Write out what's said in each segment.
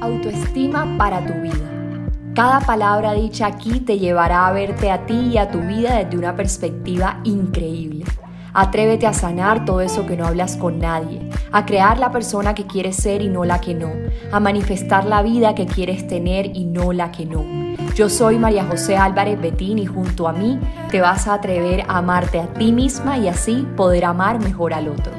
Autoestima para tu vida. Cada palabra dicha aquí te llevará a verte a ti y a tu vida desde una perspectiva increíble. Atrévete a sanar todo eso que no hablas con nadie, a crear la persona que quieres ser y no la que no, a manifestar la vida que quieres tener y no la que no. Yo soy María José Álvarez Betín y junto a mí te vas a atrever a amarte a ti misma y así poder amar mejor al otro.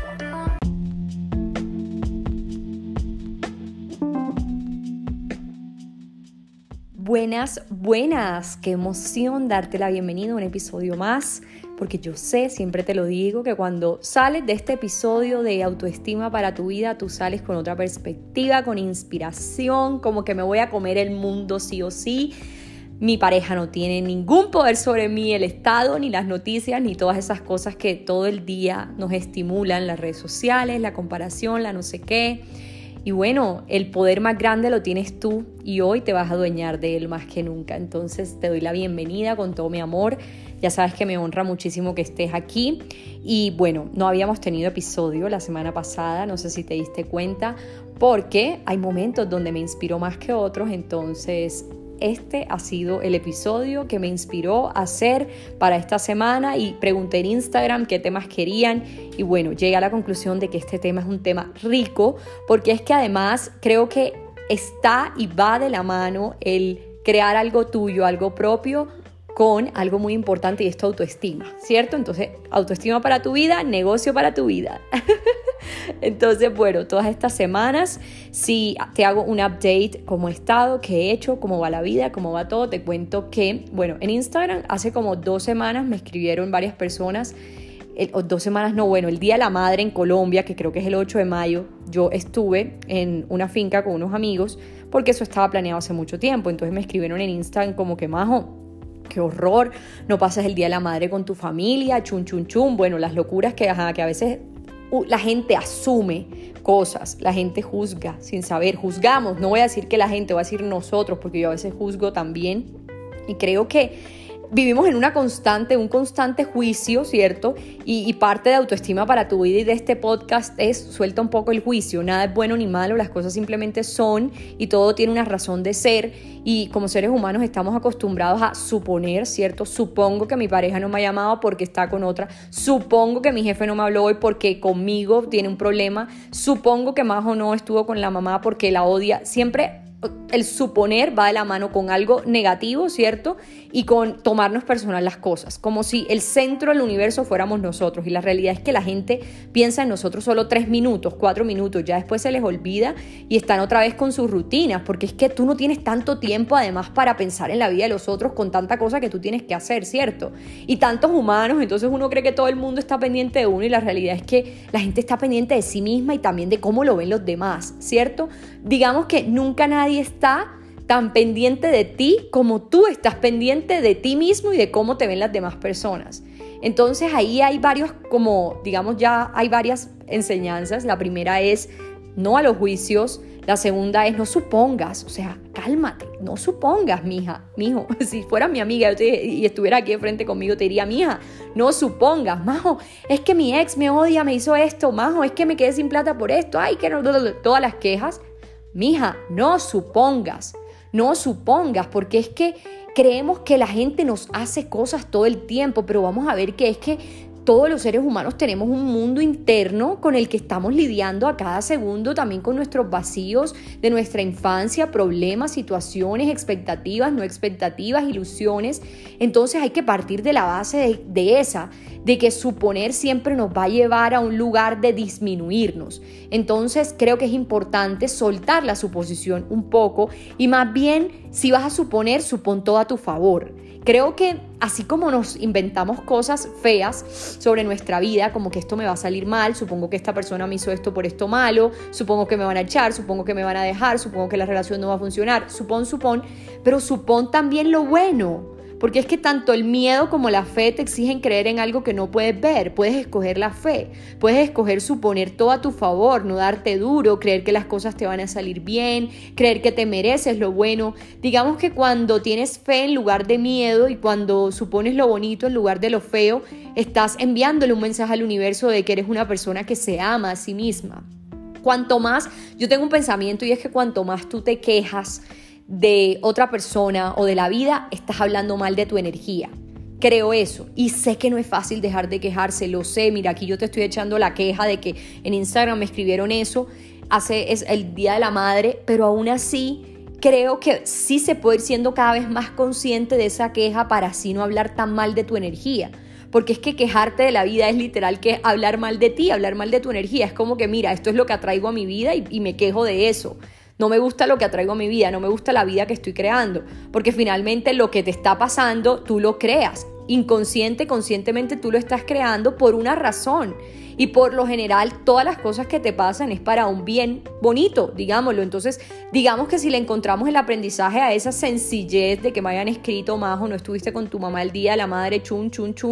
Buenas, qué emoción darte la bienvenida a un episodio más, porque yo sé, siempre te lo digo, que cuando sales de este episodio de autoestima para tu vida, tú sales con otra perspectiva, con inspiración, como que me voy a comer el mundo sí o sí. Mi pareja no tiene ningún poder sobre mí, el Estado, ni las noticias, ni todas esas cosas que todo el día nos estimulan, las redes sociales, la comparación, la no sé qué. Y bueno, el poder más grande lo tienes tú y hoy te vas a adueñar de él más que nunca. Entonces te doy la bienvenida con todo mi amor. Ya sabes que me honra muchísimo que estés aquí. Y bueno, no habíamos tenido episodio la semana pasada, no sé si te diste cuenta, porque hay momentos donde me inspiró más que otros. Entonces este ha sido el episodio que me inspiró a hacer para esta semana y pregunté en Instagram qué temas querían y bueno, llegué a la conclusión de que este tema es un tema rico porque es que además creo que está y va de la mano el crear algo tuyo, algo propio con algo muy importante y es tu autoestima, ¿cierto? Entonces, autoestima para tu vida, negocio para tu vida. Entonces, bueno, todas estas semanas, si te hago un update, cómo he estado, qué he hecho, cómo va la vida, cómo va todo, te cuento que, bueno, en Instagram hace como 2 semanas me escribieron varias personas, el Día de la Madre en Colombia, que creo que es el 8 de mayo, yo estuve en una finca con unos amigos, porque eso estaba planeado hace mucho tiempo, entonces me escribieron en Instagram como que, Majo, qué horror, no pasas el Día de la Madre con tu familia, bueno, las locuras que a veces la gente asume cosas, la gente juzga sin saber, juzgamos, no voy a decir que la gente, voy a decir nosotros, porque yo a veces juzgo también y creo que vivimos en un constante juicio, ¿cierto? Y parte de autoestima para tu vida y de este podcast es suelta un poco el juicio. Nada es bueno ni malo, las cosas simplemente son y todo tiene una razón de ser. Y como seres humanos estamos acostumbrados a suponer, ¿cierto? Supongo que mi pareja no me ha llamado porque está con otra. Supongo que mi jefe no me habló hoy porque conmigo tiene un problema. Supongo que Majo no estuvo con la mamá porque la odia. Siempre el suponer va de la mano con algo negativo, ¿cierto? Y con tomarnos personal las cosas, como si el centro del universo fuéramos nosotros. Y la realidad es que la gente piensa en nosotros solo 3 minutos, 4 minutos, ya después se les olvida y están otra vez con sus rutinas, porque es que tú no tienes tanto tiempo además para pensar en la vida de los otros con tanta cosa que tú tienes que hacer, ¿cierto? Y tantos humanos, entonces uno cree que todo el mundo está pendiente de uno y la realidad es que la gente está pendiente de sí misma y también de cómo lo ven los demás, ¿cierto? Digamos que nunca nadie está tan pendiente de ti como tú estás pendiente de ti mismo y de cómo te ven las demás personas. Entonces ahí hay hay varias enseñanzas. La primera es no a los juicios. La segunda es no supongas, o sea, cálmate, no supongas, mijo. Si fueras mi amiga y estuviera aquí de frente conmigo, te diría, mija, no supongas, Majo, es que mi ex me odia, me hizo esto, Majo, es que me quedé sin plata por esto, ay, que no, todas las quejas. Mija, no supongas, porque es que creemos que la gente nos hace cosas todo el tiempo, pero vamos a ver que es que todos los seres humanos tenemos un mundo interno con el que estamos lidiando a cada segundo, también con nuestros vacíos de nuestra infancia, problemas, situaciones, expectativas, no expectativas, ilusiones. Entonces hay que partir de la base de que suponer siempre nos va a llevar a un lugar de disminuirnos. Entonces creo que es importante soltar la suposición un poco y más bien si vas a suponer, supón todo a tu favor. Creo que así como nos inventamos cosas feas sobre nuestra vida, como que esto me va a salir mal, supongo que esta persona me hizo esto por esto malo, supongo que me van a echar, supongo que me van a dejar, supongo que la relación no va a funcionar, supón, pero supón también lo bueno. Porque es que tanto el miedo como la fe te exigen creer en algo que no puedes ver. Puedes escoger la fe, puedes escoger suponer todo a tu favor, no darte duro, creer que las cosas te van a salir bien, creer que te mereces lo bueno. Digamos que cuando tienes fe en lugar de miedo y cuando supones lo bonito en lugar de lo feo, estás enviándole un mensaje al universo de que eres una persona que se ama a sí misma. Cuanto más, yo tengo un pensamiento y es que cuanto más tú te quejas de otra persona o de la vida, estás hablando mal de tu energía. Creo eso y sé que no es fácil dejar de quejarse, lo sé. Mira, aquí yo te estoy echando la queja de que en Instagram me escribieron eso, es el Día de la Madre, pero aún así creo que sí se puede ir siendo cada vez más consciente de esa queja para así no hablar tan mal de tu energía. Porque es que quejarte de la vida es literal que hablar mal de ti, hablar mal de tu energía. Es como que mira, esto es lo que atraigo a mi vida y me quejo de eso. No me gusta lo que atraigo a mi vida, no me gusta la vida que estoy creando. Porque finalmente lo que te está pasando, tú lo creas. Conscientemente tú lo estás creando por una razón. Y por lo general todas las cosas que te pasan es para un bien bonito, digámoslo. Entonces, digamos que si le encontramos el aprendizaje a esa sencillez de que me hayan escrito, Majo, no estuviste con tu mamá el día de la madre, chun,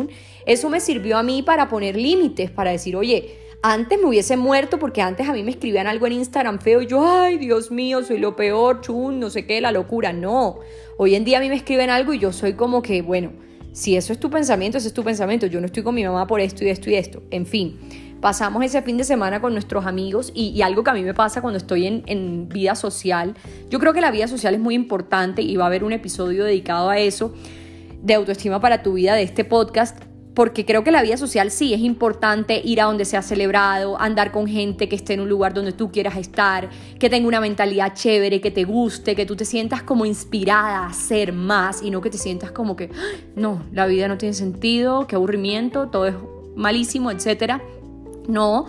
eso me sirvió a mí para poner límites, para decir, oye, antes me hubiese muerto porque antes a mí me escribían algo en Instagram feo y yo, ay, Dios mío, soy lo peor, chun, no sé qué, la locura. No, hoy en día a mí me escriben algo y yo soy como que, bueno, si eso es tu pensamiento, ese es tu pensamiento. Yo no estoy con mi mamá por esto y esto y esto. En fin, pasamos ese fin de semana con nuestros amigos y algo que a mí me pasa cuando estoy en vida social. Yo creo que la vida social es muy importante y va a haber un episodio dedicado a eso, de autoestima para tu vida, de este podcast. Porque creo que la vida social sí es importante, ir a donde se ha celebrado, andar con gente que esté en un lugar donde tú quieras estar, que tenga una mentalidad chévere, que te guste, que tú te sientas como inspirada a hacer más y no que te sientas como que no, la vida no tiene sentido, qué aburrimiento, todo es malísimo, etcétera. No.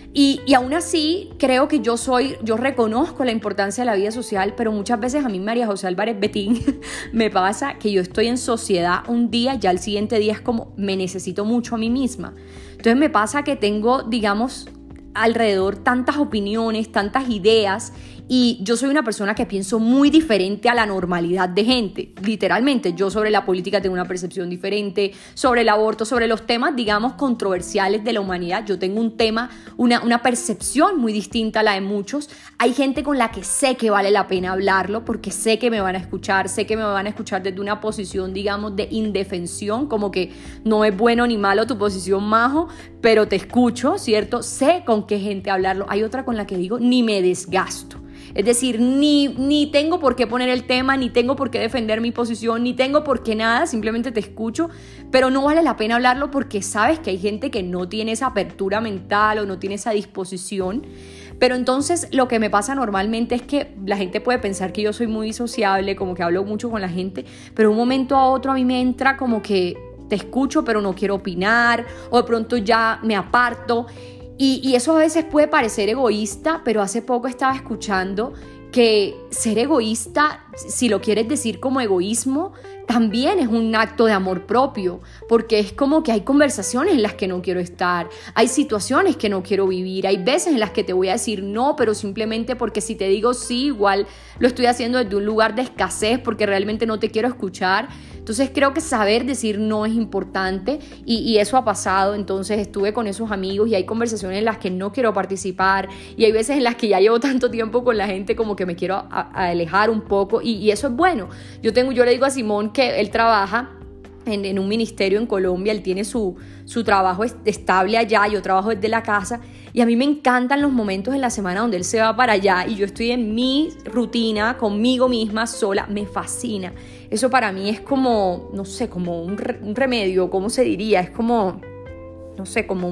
Y aún así creo que yo reconozco la importancia de la vida social, pero muchas veces a mí, María José Álvarez Betín, me pasa que yo estoy en sociedad un día, ya el siguiente día es como me necesito mucho a mí misma. Entonces me pasa que tengo, digamos, alrededor tantas opiniones, tantas ideas, y yo soy una persona que pienso muy diferente a la normalidad de gente, literalmente. Yo sobre la política tengo una percepción diferente, sobre el aborto, sobre los temas, digamos, controversiales de la humanidad. Yo tengo un tema, una percepción muy distinta a la de muchos. Hay gente con la que sé que vale la pena hablarlo porque sé que me van a escuchar, sé que me van a escuchar desde una posición, digamos, de indefensión, como que no es bueno ni malo tu posición, Majo, pero te escucho, ¿cierto? Sé con qué gente hablarlo. Hay otra con la que digo, ni me desgasto. Es decir, ni tengo por qué poner el tema, ni tengo por qué defender mi posición, ni tengo por qué nada, simplemente te escucho, pero no vale la pena hablarlo porque sabes que hay gente que no tiene esa apertura mental o no tiene esa disposición. Pero entonces lo que me pasa normalmente es que la gente puede pensar que yo soy muy sociable, como que hablo mucho con la gente, pero de un momento a otro a mí me entra como que te escucho pero no quiero opinar, o de pronto ya me aparto. Y eso a veces puede parecer egoísta, pero hace poco estaba escuchando que ser egoísta, si lo quieres decir como egoísmo, también es un acto de amor propio, porque es como que hay conversaciones en las que no quiero estar, hay situaciones que no quiero vivir, hay veces en las que te voy a decir no, pero simplemente porque si te digo sí, igual lo estoy haciendo desde un lugar de escasez porque realmente no te quiero escuchar. Entonces creo que saber decir no es importante y eso ha pasado. Entonces estuve con esos amigos y hay conversaciones en las que no quiero participar y hay veces en las que ya llevo tanto tiempo con la gente como que me quiero alejar un poco y eso es bueno. Yo le digo a Simón que él trabaja en un ministerio en Colombia, él tiene su trabajo estable allá, yo trabajo desde la casa y a mí me encantan los momentos en la semana donde él se va para allá y yo estoy en mi rutina conmigo misma sola, me fascina. Eso para mí es como, no sé, como un remedio, ¿cómo se diría? Es como, no sé, como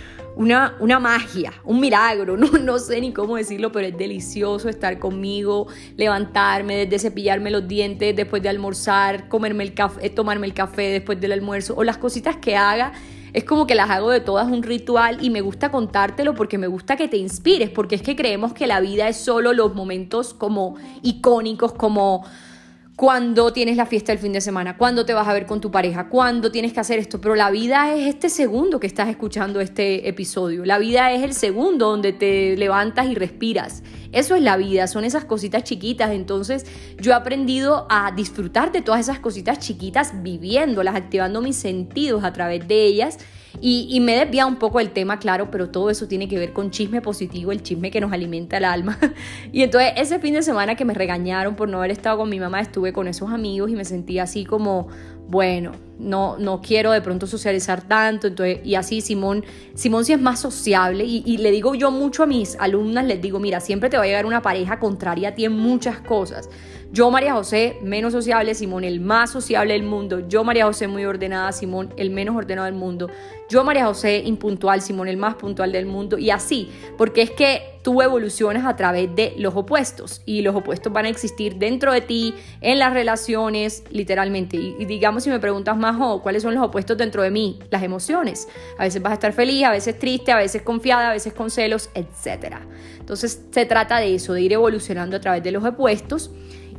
una magia, un milagro, no sé ni cómo decirlo, pero es delicioso estar conmigo, levantarme, desde cepillarme los dientes después de almorzar, tomarme el café después del almuerzo o las cositas que haga. Es como que las hago de todas un ritual y me gusta contártelo porque me gusta que te inspires, porque es que creemos que la vida es solo los momentos como icónicos, como cuando tienes la fiesta del fin de semana, cuando te vas a ver con tu pareja, cuando tienes que hacer esto, pero la vida es este segundo que estás escuchando este episodio, la vida es el segundo donde te levantas y respiras, eso es la vida, son esas cositas chiquitas. Entonces yo he aprendido a disfrutar de todas esas cositas chiquitas, viviéndolas, activando mis sentidos a través de ellas. Y me he desviado un poco del tema, claro, pero todo eso tiene que ver con chisme positivo, el chisme que nos alimenta el alma. Y entonces ese fin de semana que me regañaron por no haber estado con mi mamá, estuve con esos amigos y me sentí así como, bueno, no quiero de pronto socializar tanto. Entonces, y así Simón sí es más sociable y le digo yo mucho a mis alumnas, les digo, mira, siempre te va a llegar una pareja contraria a ti en muchas cosas. Yo, María José, menos sociable, Simón, el más sociable del mundo. Yo, María José, muy ordenada, Simón, el menos ordenado del mundo. Yo, María José, impuntual, Simón, el más puntual del mundo. Y así, porque es que tú evolucionas a través de los opuestos. Y los opuestos van a existir dentro de ti, en las relaciones, literalmente. Y digamos, si me preguntas más, ¿cuáles son los opuestos dentro de mí? Las emociones. A veces vas a estar feliz, a veces triste, a veces confiada, a veces con celos, etc. Entonces, se trata de eso, de ir evolucionando a través de los opuestos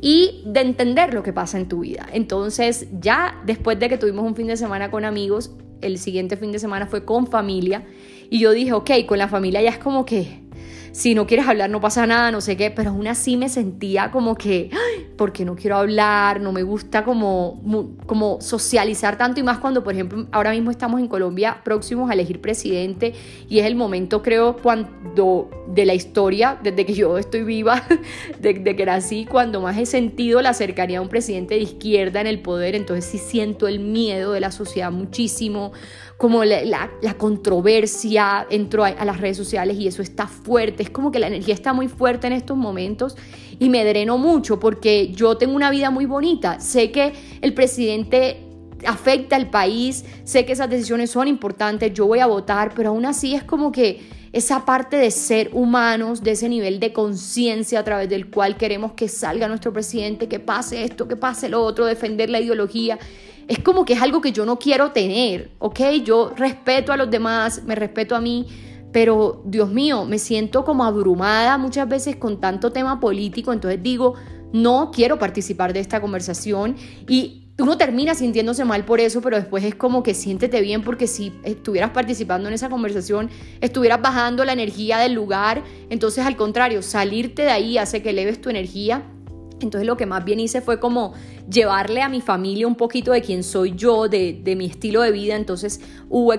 y de entender lo que pasa en tu vida. Entonces, ya después de que tuvimos un fin de semana con amigos, el siguiente fin de semana fue con familia, y yo dije, ok, con la familia ya es como que, si no quieres hablar no pasa nada, no sé qué, pero aún así me sentía como que, porque no quiero hablar, no me gusta como socializar tanto, y más cuando, por ejemplo, ahora mismo estamos en Colombia próximos a elegir presidente, y es el momento, creo, cuando de la historia, desde que yo estoy viva, desde que nací, cuando más he sentido la cercanía a un presidente de izquierda en el poder. Entonces sí siento el miedo de la sociedad muchísimo, como la controversia. Entro a las redes sociales y eso está fuerte, es como que la energía está muy fuerte en estos momentos y me dreno mucho porque yo tengo una vida muy bonita. Sé que el presidente afecta al país, sé que esas decisiones son importantes, yo voy a votar, pero aún así es como que esa parte de ser humanos, de ese nivel de conciencia a través del cual queremos que salga nuestro presidente, que pase esto, que pase lo otro, defender la ideología, es como que es algo que yo no quiero tener, ¿ok? Yo respeto a los demás, me respeto a mí, pero Dios mío, me siento como abrumada muchas veces con tanto tema político. Entonces digo, no quiero participar de esta conversación, y uno termina sintiéndose mal por eso, pero después es como que siéntete bien, porque si estuvieras participando en esa conversación, estuvieras bajando la energía del lugar. Entonces, al contrario, salirte de ahí hace que eleves tu energía. Entonces lo que más bien hice fue como llevarle a mi familia un poquito de quién soy yo, de mi estilo de vida. Entonces hubo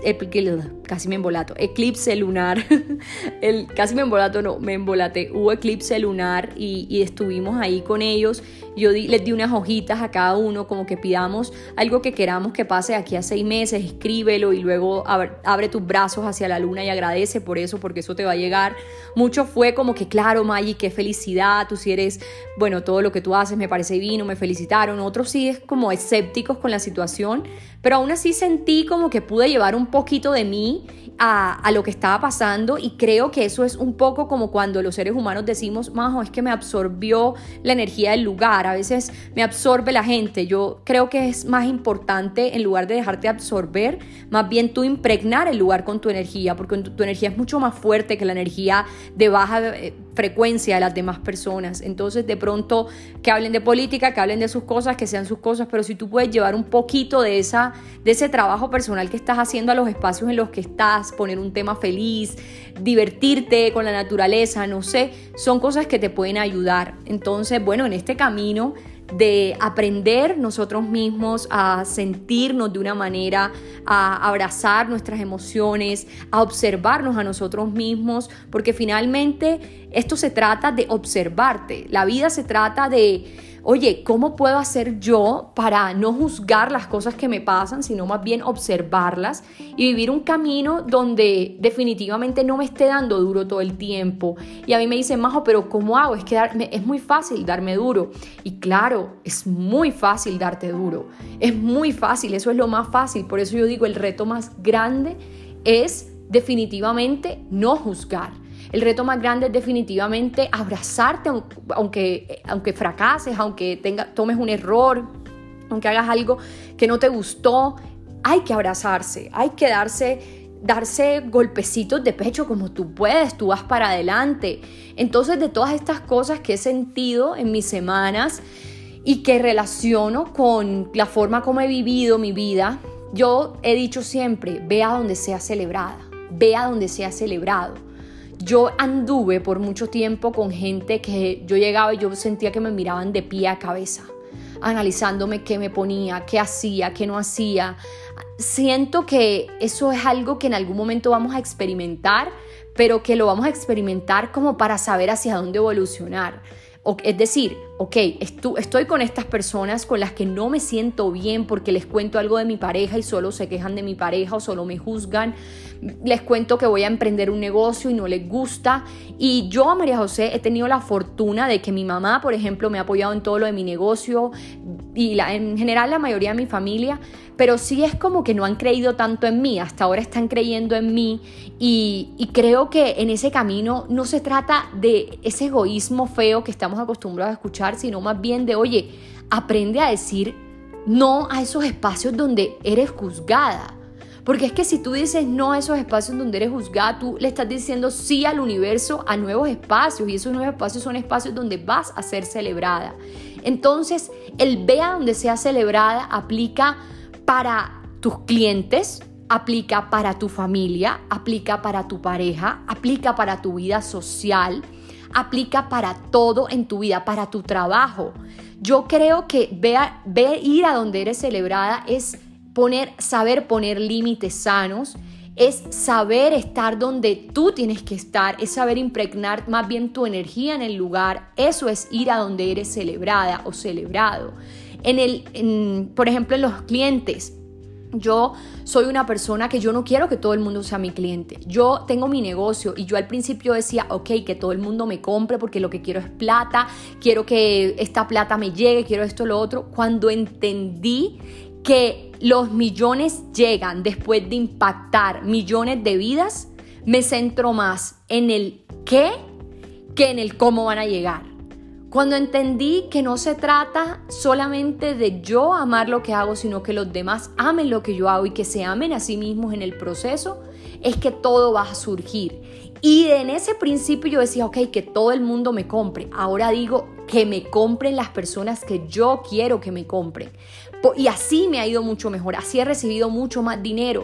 casi me embolato, eclipse lunar, me embolaté, hubo eclipse lunar y estuvimos ahí con ellos. Yo les di unas hojitas a cada uno, como que pidamos algo que queramos que pase de aquí a 6 meses, escríbelo y luego abre tus brazos hacia la luna y agradece por eso, porque eso te va a llegar. Mucho fue como que, claro, Maggie, qué felicidad, tú sí eres, bueno, todo lo que tú haces me parece divino, me felicitaron. Otros sí es como escépticos con la situación, pero aún así sentí como que pude llevar un poquito de mí a lo que estaba pasando, y creo que eso es un poco como cuando los seres humanos decimos, Majo, es que me absorbió la energía del lugar, a veces me absorbe la gente. Yo creo que es más importante, en lugar de dejarte absorber, más bien tú impregnar el lugar con tu energía, porque tu energía es mucho más fuerte que la energía de baja frecuencia de las demás personas. Entonces, de pronto, que hablen de política, que hablen de sus cosas, que sean sus cosas, pero si tú puedes llevar un poquito de ese trabajo personal que estás haciendo a los espacios en los que estás, poner un tema feliz, divertirte con la naturaleza, no sé, son cosas que te pueden ayudar. Entonces, bueno, en este camino de aprender nosotros mismos a sentirnos de una manera, a abrazar nuestras emociones, a observarnos a nosotros mismos, porque finalmente esto se trata de observarte. La vida se trata de, oye, ¿cómo puedo hacer yo para no juzgar las cosas que me pasan, sino más bien observarlas y vivir un camino donde definitivamente no me esté dando duro todo el tiempo? Y a mí me dicen, Majo, pero ¿cómo hago? Es que es muy fácil darme duro. Y claro, es muy fácil darte duro. Es muy fácil, eso es lo más fácil. Por eso yo digo, el reto más grande es definitivamente no juzgar. El reto más grande es definitivamente abrazarte, aunque fracases, aunque tomes un error, aunque hagas algo que no te gustó. Hay que abrazarse, hay que darse golpecitos de pecho como tú puedes, tú vas para adelante. Entonces, de todas estas cosas que he sentido en mis semanas y que relaciono con la forma como he vivido mi vida, yo he dicho siempre, ve a donde sea celebrada, ve a donde sea celebrado. Yo anduve por mucho tiempo con gente que yo llegaba y yo sentía que me miraban de pie a cabeza, analizándome qué me ponía, qué hacía, qué no hacía. Siento que eso es algo que en algún momento vamos a experimentar, pero que lo vamos a experimentar como para saber hacia dónde evolucionar. Es decir, ok, estoy con estas personas con las que no me siento bien porque les cuento algo de mi pareja y solo se quejan de mi pareja o solo me juzgan. Les cuento que voy a emprender un negocio y no les gusta. Y yo, María José, he tenido la fortuna de que mi mamá, por ejemplo, me ha apoyado en todo lo de mi negocio y en general la mayoría de mi familia, pero sí es como que no han creído tanto en mí. Hasta ahora están creyendo en mí y creo que en ese camino no se trata de ese egoísmo feo que estamos acostumbrados a escuchar, sino más bien de, oye, aprende a decir no a esos espacios donde eres juzgada. Porque es que si tú dices no a esos espacios donde eres juzgada, tú le estás diciendo sí al universo, a nuevos espacios, y esos nuevos espacios son espacios donde vas a ser celebrada. Entonces, el ve a donde sea celebrada aplica para tus clientes, aplica para tu familia, aplica para tu pareja, aplica para tu vida social, aplica para todo en tu vida, para tu trabajo. Yo creo que ir a donde eres celebrada es saber poner límites sanos, es saber estar donde tú tienes que estar, es saber impregnar más bien tu energía en el lugar. Eso es ir a donde eres celebrada o celebrado. Por ejemplo, en los clientes, yo soy una persona que yo no quiero que todo el mundo sea mi cliente. Yo tengo mi negocio y yo al principio decía, ok, que todo el mundo me compre porque lo que quiero es plata, quiero que esta plata me llegue, quiero esto, lo otro. Cuando entendí que los millones llegan después de impactar millones de vidas, me centro más en el qué que en el cómo van a llegar. Cuando entendí que no se trata solamente de yo amar lo que hago, sino que los demás amen lo que yo hago y que se amen a sí mismos en el proceso, es que todo va a surgir. Y en ese principio yo decía, ok, que todo el mundo me compre. Ahora digo que me compren las personas que yo quiero que me compren. Y así me ha ido mucho mejor, así he recibido mucho más dinero.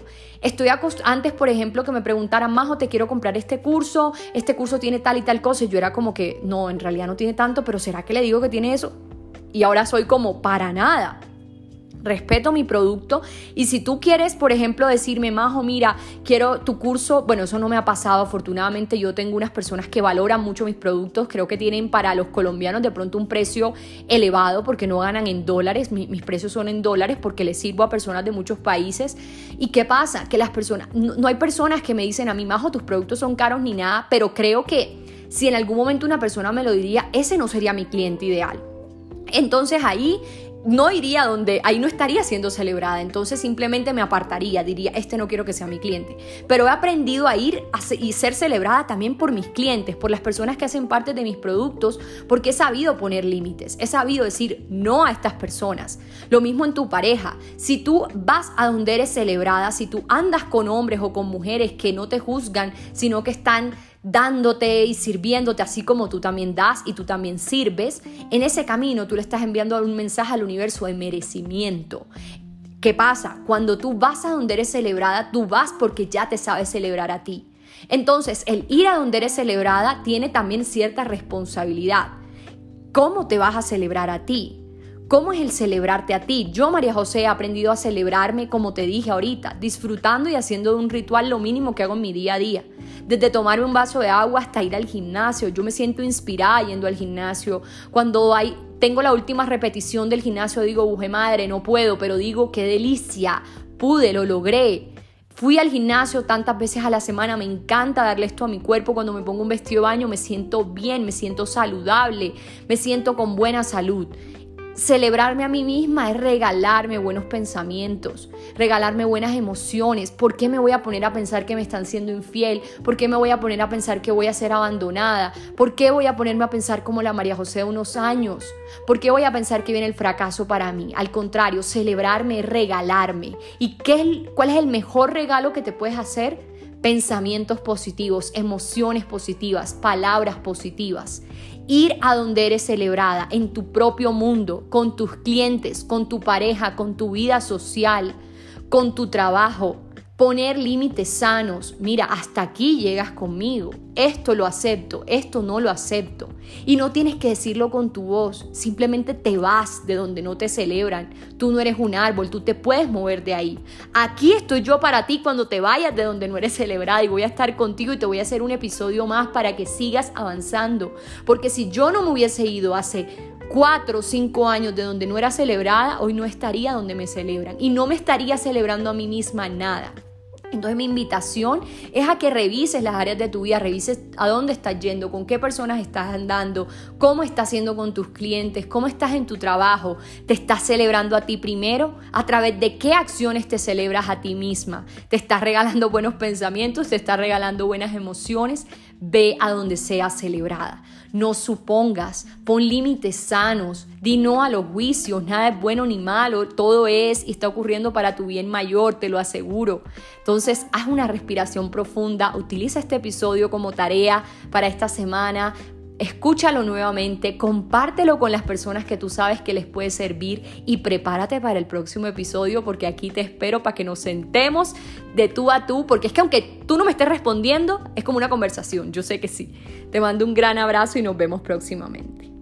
Antes, por ejemplo, que me preguntaran, Majo, te quiero comprar este curso tiene tal y tal cosa, y yo era como que, no, en realidad no tiene tanto, pero ¿será que le digo que tiene eso? Y ahora soy como, para nada. Respeto mi producto, y si tú quieres, por ejemplo, decirme, Majo, mira, quiero tu curso, bueno, eso no me ha pasado, afortunadamente yo tengo unas personas que valoran mucho mis productos, creo que tienen para los colombianos de pronto un precio elevado porque no ganan en dólares, mis precios son en dólares porque les sirvo a personas de muchos países. ¿Y qué pasa? Que las personas, no hay personas que me dicen a mí, Majo, tus productos son caros ni nada, pero creo que si en algún momento una persona me lo diría, ese no sería mi cliente ideal. Entonces ahí no estaría siendo celebrada, entonces simplemente me apartaría, diría, no quiero que sea mi cliente. Pero he aprendido a ir y ser celebrada también por mis clientes, por las personas que hacen parte de mis productos, porque he sabido poner límites, he sabido decir no a estas personas. Lo mismo en tu pareja, si tú vas a donde eres celebrada, si tú andas con hombres o con mujeres que no te juzgan, sino que están dándote y sirviéndote así como tú también das y tú también sirves, en ese camino tú le estás enviando un mensaje al universo de merecimiento. ¿Qué pasa? Cuando tú vas a donde eres celebrada, tú vas porque ya te sabes celebrar a ti. Entonces, el ir a donde eres celebrada tiene también cierta responsabilidad. ¿Cómo te vas a celebrar a ti? ¿Cómo es el celebrarte a ti? Yo, María José, he aprendido a celebrarme, como te dije ahorita, disfrutando y haciendo de un ritual lo mínimo que hago en mi día a día. Desde tomarme un vaso de agua hasta ir al gimnasio. Yo me siento inspirada yendo al gimnasio. Cuando tengo la última repetición del gimnasio, digo, buje madre, no puedo, pero digo, qué delicia, pude, lo logré. Fui al gimnasio tantas veces a la semana, me encanta darle esto a mi cuerpo. Cuando me pongo un vestido de baño me siento bien, me siento saludable, me siento con buena salud. Celebrarme a mí misma es regalarme buenos pensamientos, regalarme buenas emociones. ¿Por qué me voy a poner a pensar que me están siendo infiel? ¿Por qué me voy a poner a pensar que voy a ser abandonada? ¿Por qué voy a ponerme a pensar como la María José de unos años? ¿Por qué voy a pensar que viene el fracaso para mí? Al contrario, celebrarme es regalarme. ¿Y cuál es el mejor regalo que te puedes hacer? Pensamientos positivos, emociones positivas, palabras positivas. Ir a donde eres celebrada, en tu propio mundo, con tus clientes, con tu pareja, con tu vida social, con tu trabajo. Poner límites sanos. Mira, hasta aquí llegas conmigo. Esto lo acepto, esto no lo acepto. Y no tienes que decirlo con tu voz. Simplemente te vas de donde no te celebran. Tú no eres un árbol, tú te puedes mover de ahí. Aquí estoy yo para ti cuando te vayas de donde no eres celebrada, y voy a estar contigo y te voy a hacer un episodio más para que sigas avanzando. Porque si yo no me hubiese ido hace 4 o 5 años de donde no era celebrada, hoy no estaría donde me celebran y no me estaría celebrando a mí misma nada. Entonces mi invitación es a que revises las áreas de tu vida, revises a dónde estás yendo, con qué personas estás andando, cómo estás haciendo con tus clientes, cómo estás en tu trabajo, te estás celebrando a ti primero, a través de qué acciones te celebras a ti misma, te estás regalando buenos pensamientos, te estás regalando buenas emociones, ve a donde seas celebrada. No supongas, pon límites sanos, di no a los juicios, nada es bueno ni malo, todo es y está ocurriendo para tu bien mayor, te lo aseguro. Entonces, haz una respiración profunda, utiliza este episodio como tarea para esta semana, escúchalo nuevamente, compártelo con las personas que tú sabes que les puede servir y prepárate para el próximo episodio porque aquí te espero para que nos sentemos de tú a tú, porque es que aunque tú no me estés respondiendo, es como una conversación, yo sé que sí. Te mando un gran abrazo y nos vemos próximamente.